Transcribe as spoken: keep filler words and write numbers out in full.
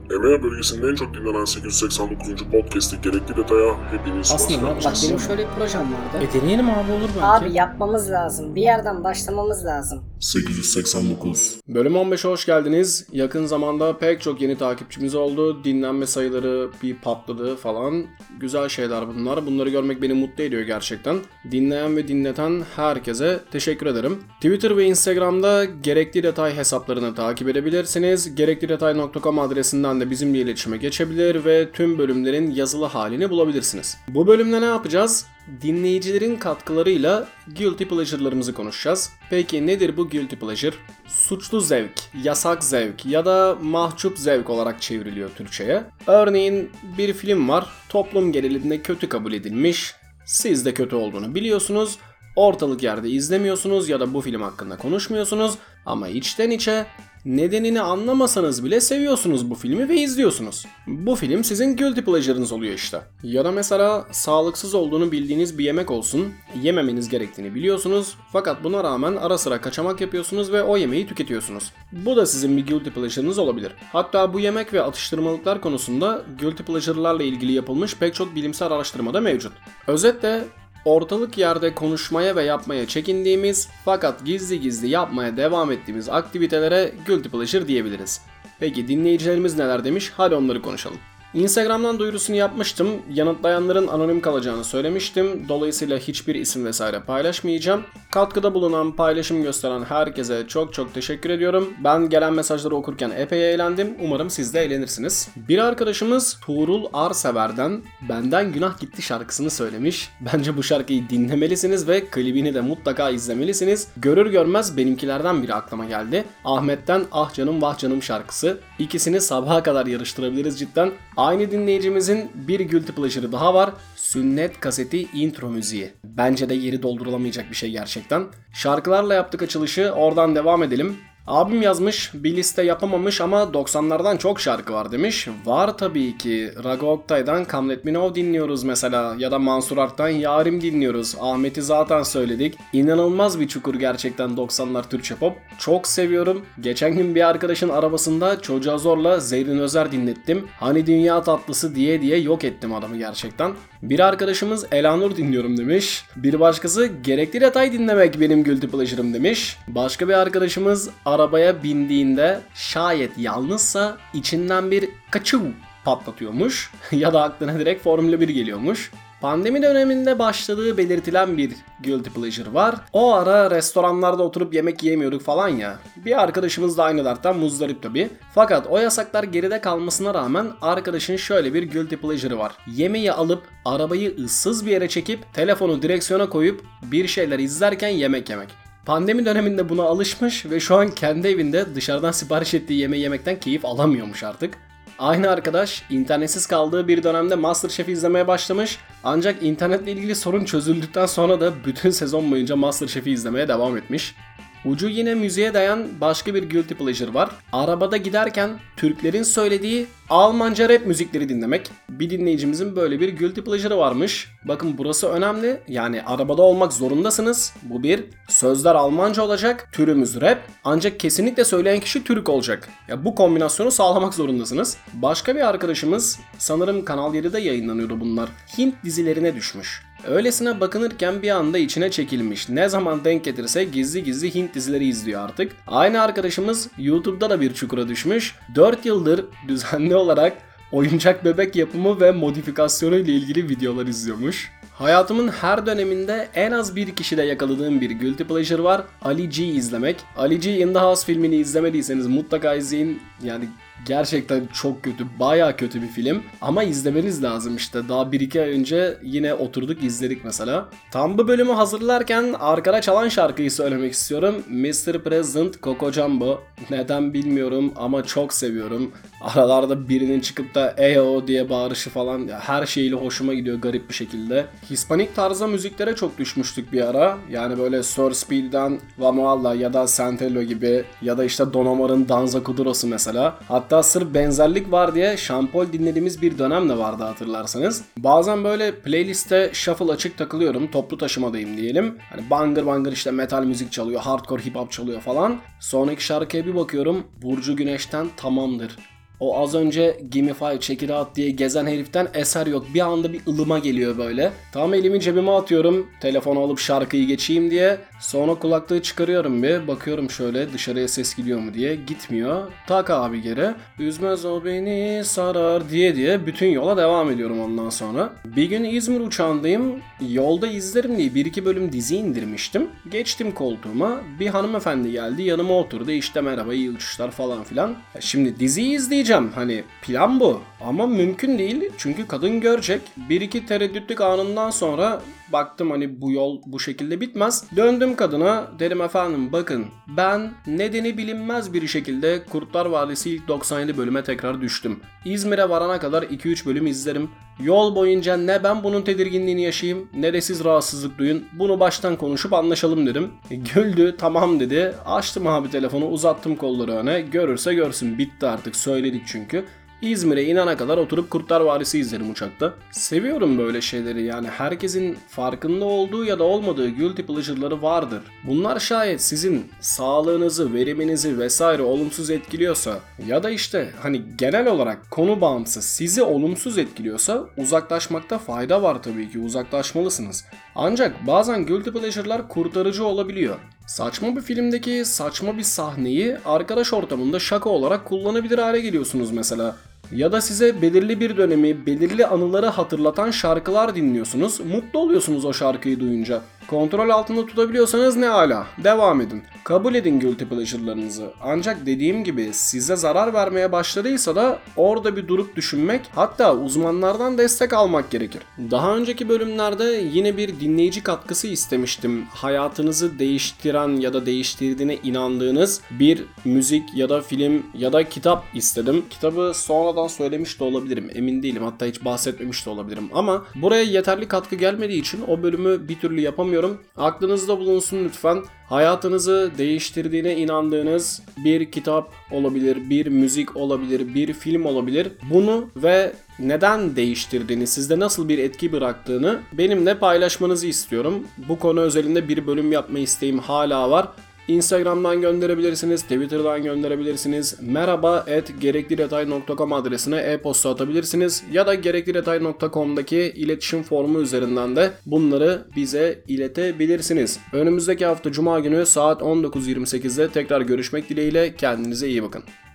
EMEA bölgesinin en çok dinlenen sekiz yüz seksen dokuzuncu podcast'i Gerekli Detaya hepiniz hoş Aslında bak geldiniz. benim şöyle bir projem vardı. E deneyelim abi, olur belki. Abi yapmamız lazım. Bir yerden başlamamız lazım. sekiz yüz seksen dokuz. Bölüm on beşe hoş geldiniz. Yakın zamanda pek çok yeni takipçimiz oldu. Dinlenme sayıları bir patladı falan. Güzel şeyler bunlar. Bunları görmek beni mutlu ediyor gerçekten. Dinleyen ve dinleten herkese teşekkür ederim. Twitter ve Instagram'da Gerekli Detay hesaplarını takip edebilirsiniz. gerekli detay nokta com adresinden de bizimle iletişime geçebilir ve tüm bölümlerin yazılı halini bulabilirsiniz. Bu bölümde ne yapacağız? Dinleyicilerin katkılarıyla guilty pleasure'larımızı konuşacağız. Peki nedir bu guilty pleasure? Suçlu zevk, yasak zevk ya da mahcup zevk olarak çevriliyor Türkçe'ye. Örneğin bir film var, toplum genelinde kötü kabul edilmiş, siz de kötü olduğunu biliyorsunuz, ortalık yerde izlemiyorsunuz ya da bu film hakkında konuşmuyorsunuz ama içten içe nedenini anlamasanız bile seviyorsunuz bu filmi ve izliyorsunuz. Bu film sizin guilty pleasure'ınız oluyor işte. Ya da mesela sağlıksız olduğunu bildiğiniz bir yemek olsun, yememeniz gerektiğini biliyorsunuz fakat buna rağmen ara sıra kaçamak yapıyorsunuz ve o yemeği tüketiyorsunuz. Bu da sizin bir guilty pleasure'ınız olabilir. Hatta bu yemek ve atıştırmalıklar konusunda guilty pleasure'larla ilgili yapılmış pek çok bilimsel araştırma da mevcut. Özetle ortalık yerde konuşmaya ve yapmaya çekindiğimiz fakat gizli gizli yapmaya devam ettiğimiz aktivitelere guilty pleasure diyebiliriz. Peki dinleyicilerimiz neler demiş? Hadi onları konuşalım. Instagram'dan duyurusunu yapmıştım. Yanıtlayanların anonim kalacağını söylemiştim. Dolayısıyla hiçbir isim vesaire paylaşmayacağım. Katkıda bulunan, paylaşım gösteren herkese çok çok teşekkür ediyorum. Ben gelen mesajları okurken epey eğlendim. Umarım siz de eğlenirsiniz. Bir arkadaşımız Tuğrul Arsever'den Benden Günah Gitti şarkısını söylemiş. Bence bu şarkıyı dinlemelisiniz ve klibini de mutlaka izlemelisiniz. Görür görmez benimkilerden biri aklıma geldi. Ahmet'ten Ah Canım Vah Canım şarkısı. İkisini sabaha kadar yarıştırabiliriz cidden. Aynı dinleyicimizin bir guilty pleasure'ı daha var. Sünnet kaseti intro müziği. Bence de yeri doldurulamayacak bir şey gerçekten. Şarkılarla yaptık açılışı, oradan devam edelim. Abim yazmış, bir liste yapamamış ama doksanlardan çok şarkı var demiş. Var tabii ki. Rago Oktay'dan Come Let Me Know dinliyoruz mesela. Ya da Mansur Ark'tan Yarim dinliyoruz. Ahmet'i zaten söyledik. İnanılmaz bir çukur gerçekten doksanlar Türkçe pop. Çok seviyorum. Geçen gün bir arkadaşın arabasında çocuğa zorla Zerrin Özer dinlettim. Hani dünya tatlısı diye diye yok ettim adamı gerçekten. Bir arkadaşımız Elanur dinliyorum demiş. Bir başkası Gerekli Detay dinlemek benim guilty pleasure'ım demiş. Başka bir arkadaşımız arabaya bindiğinde şayet yalnızsa içinden bir kaçıv patlatıyormuş ya da aklına direkt Formula bir geliyormuş. Pandemi döneminde başladığı belirtilen bir guilty pleasure var. O ara restoranlarda oturup yemek yiyemiyorduk falan ya. Bir arkadaşımız da aynı dertten muzdarip tabii. Fakat o yasaklar geride kalmasına rağmen arkadaşın şöyle bir guilty pleasure'ı var. Yemeği alıp arabayı ıssız bir yere çekip telefonu direksiyona koyup bir şeyler izlerken yemek yemek. Pandemi döneminde buna alışmış ve şu an kendi evinde dışarıdan sipariş ettiği yemeği yemekten keyif alamıyormuş artık. Aynı arkadaş internetsiz kaldığı bir dönemde MasterChef'i izlemeye başlamış ancak internetle ilgili sorun çözüldükten sonra da bütün sezon boyunca MasterChef'i izlemeye devam etmiş. Ucu yine müziğe dayan başka bir guilty pleasure var. Arabada giderken Türklerin söylediği Almanca rap müzikleri dinlemek. Bir dinleyicimizin böyle bir guilty pleasure'ı varmış. Bakın burası önemli. Yani arabada olmak zorundasınız. Bu bir. Sözler Almanca olacak. Türümüz rap. Ancak kesinlikle söyleyen kişi Türk olacak. Ya bu kombinasyonu sağlamak zorundasınız. Başka bir arkadaşımız, sanırım Kanal yedide yayınlanıyordu bunlar, Hint dizilerine düşmüş. Öylesine bakınırken bir anda içine çekilmiş. Ne zaman denk getirse gizli gizli Hint dizileri izliyor artık. Aynı arkadaşımız YouTube'da da bir çukura düşmüş. dört yıldır düzenli olarak oyuncak bebek yapımı ve modifikasyonu ile ilgili videolar izliyormuş. Hayatımın her döneminde en az bir kişide yakaladığım bir guilty pleasure var. Ali G izlemek. Ali G in the House filmini izlemediyseniz mutlaka izleyin. Yani gerçekten çok kötü, bayağı kötü bir film. Ama izlemeniz lazım işte. Daha bir iki ay önce yine oturduk izledik mesela. Tam bu bölümü hazırlarken arkada çalan şarkıyı söylemek istiyorum. mister President Coco Jumbo. Neden bilmiyorum ama çok seviyorum. Aralarda birinin çıkıp da "Eyo" diye bağırışı falan, her şeyle hoşuma gidiyor garip bir şekilde. Hispanik tarzda müziklere çok düşmüştük bir ara. Yani böyle Sir Speed'den La Mualla ya da Santello gibi ya da işte Don Omar'ın Danza Kuduros'u mesela. Hatta sırf benzerlik var diye Şampol dinlediğimiz bir dönem de vardı hatırlarsanız. Bazen böyle playliste shuffle açık takılıyorum. Toplu taşımadayım diyelim. Hani bangır bangır işte metal müzik çalıyor, hardcore hip hop çalıyor falan. Sonraki şarkıya bir bakıyorum. Burcu Güneş'ten Tamamdır. O az önce Gimme Five, Check It Out diye gezen heriften eser yok. Bir anda bir ılıma geliyor böyle. Tam elimi cebime atıyorum. Telefonu alıp şarkıyı geçeyim diye. Sonra kulaklığı çıkarıyorum bir. Bakıyorum şöyle dışarıya ses gidiyor mu diye. Gitmiyor. Tak abi geri. Üzmez o beni sarar diye diye bütün yola devam ediyorum ondan sonra. Bir gün İzmir uçağındayım. Yolda izlerim diye bir iki bölüm dizi indirmiştim. Geçtim koltuğuma. Bir hanımefendi geldi yanıma oturdu. İşte merhaba, iyi uçuşlar falan filan. Şimdi diziyi izleyeceğim. Hani plan bu. Ama mümkün değil. Çünkü kadın görecek. Bir iki tereddütlük anından sonra baktım hani bu yol bu şekilde bitmez. Döndüm kadına, dedim efendim bakın ben nedeni bilinmez bir şekilde Kurtlar Vadisi ilk doksan yedi bölüme tekrar düştüm. İzmir'e varana kadar iki üç bölüm izlerim. Yol boyunca ne ben bunun tedirginliğini yaşayayım ne de siz rahatsızlık duyun. Bunu baştan konuşup anlaşalım dedim. E, güldü, tamam dedi. Açtım abi telefonu, uzattım kolları öne. Görürse görsün, bitti artık, söyledik çünkü. İzmir'e inana kadar oturup Kurtlar Vadisi izlerim uçakta. Seviyorum böyle şeyleri, yani herkesin farkında olduğu ya da olmadığı guilty pleasure'ları vardır. Bunlar şayet sizin sağlığınızı, veriminizi vesaire olumsuz etkiliyorsa ya da işte hani genel olarak konu bağımsız sizi olumsuz etkiliyorsa uzaklaşmakta fayda var tabii ki, uzaklaşmalısınız. Ancak bazen guilty pleasure'lar kurtarıcı olabiliyor. Saçma bir filmdeki saçma bir sahneyi arkadaş ortamında şaka olarak kullanabilir hale geliyorsunuz mesela. Ya da size belirli bir dönemi, belirli anıları hatırlatan şarkılar dinliyorsunuz. Mutlu oluyorsunuz o şarkıyı duyunca. Kontrol altında tutabiliyorsanız ne ala. Devam edin. Kabul edin guilty pleasure'larınızı. Ancak dediğim gibi size zarar vermeye başladıysa da orada bir durup düşünmek, hatta uzmanlardan destek almak gerekir. Daha önceki bölümlerde yine bir dinleyici katkısı istemiştim. Hayatınızı değiştiren ya da değiştirdiğine inandığınız bir müzik ya da film ya da kitap istedim. Kitabı sonradan söylemiş de olabilirim, emin değilim. Hatta hiç bahsetmemiş de olabilirim. Ama buraya yeterli katkı gelmediği için o bölümü bir türlü yapamıyorum. Aklınızda bulunsun lütfen. Hayatınızı değiştirdiğine inandığınız bir kitap olabilir, bir müzik olabilir, bir film olabilir. Bunu ve neden değiştirdiğini, sizde nasıl bir etki bıraktığını benimle paylaşmanızı istiyorum. Bu konu özelinde bir bölüm yapma isteğim hala var. Instagram'dan gönderebilirsiniz, Twitter'dan gönderebilirsiniz, merhaba at gereklidetay nokta com adresine e-posta atabilirsiniz ya da gereklidetay nokta com'daki iletişim formu üzerinden de bunları bize iletebilirsiniz. Önümüzdeki hafta Cuma günü saat on dokuz yirmi sekizde tekrar görüşmek dileğiyle, kendinize iyi bakın.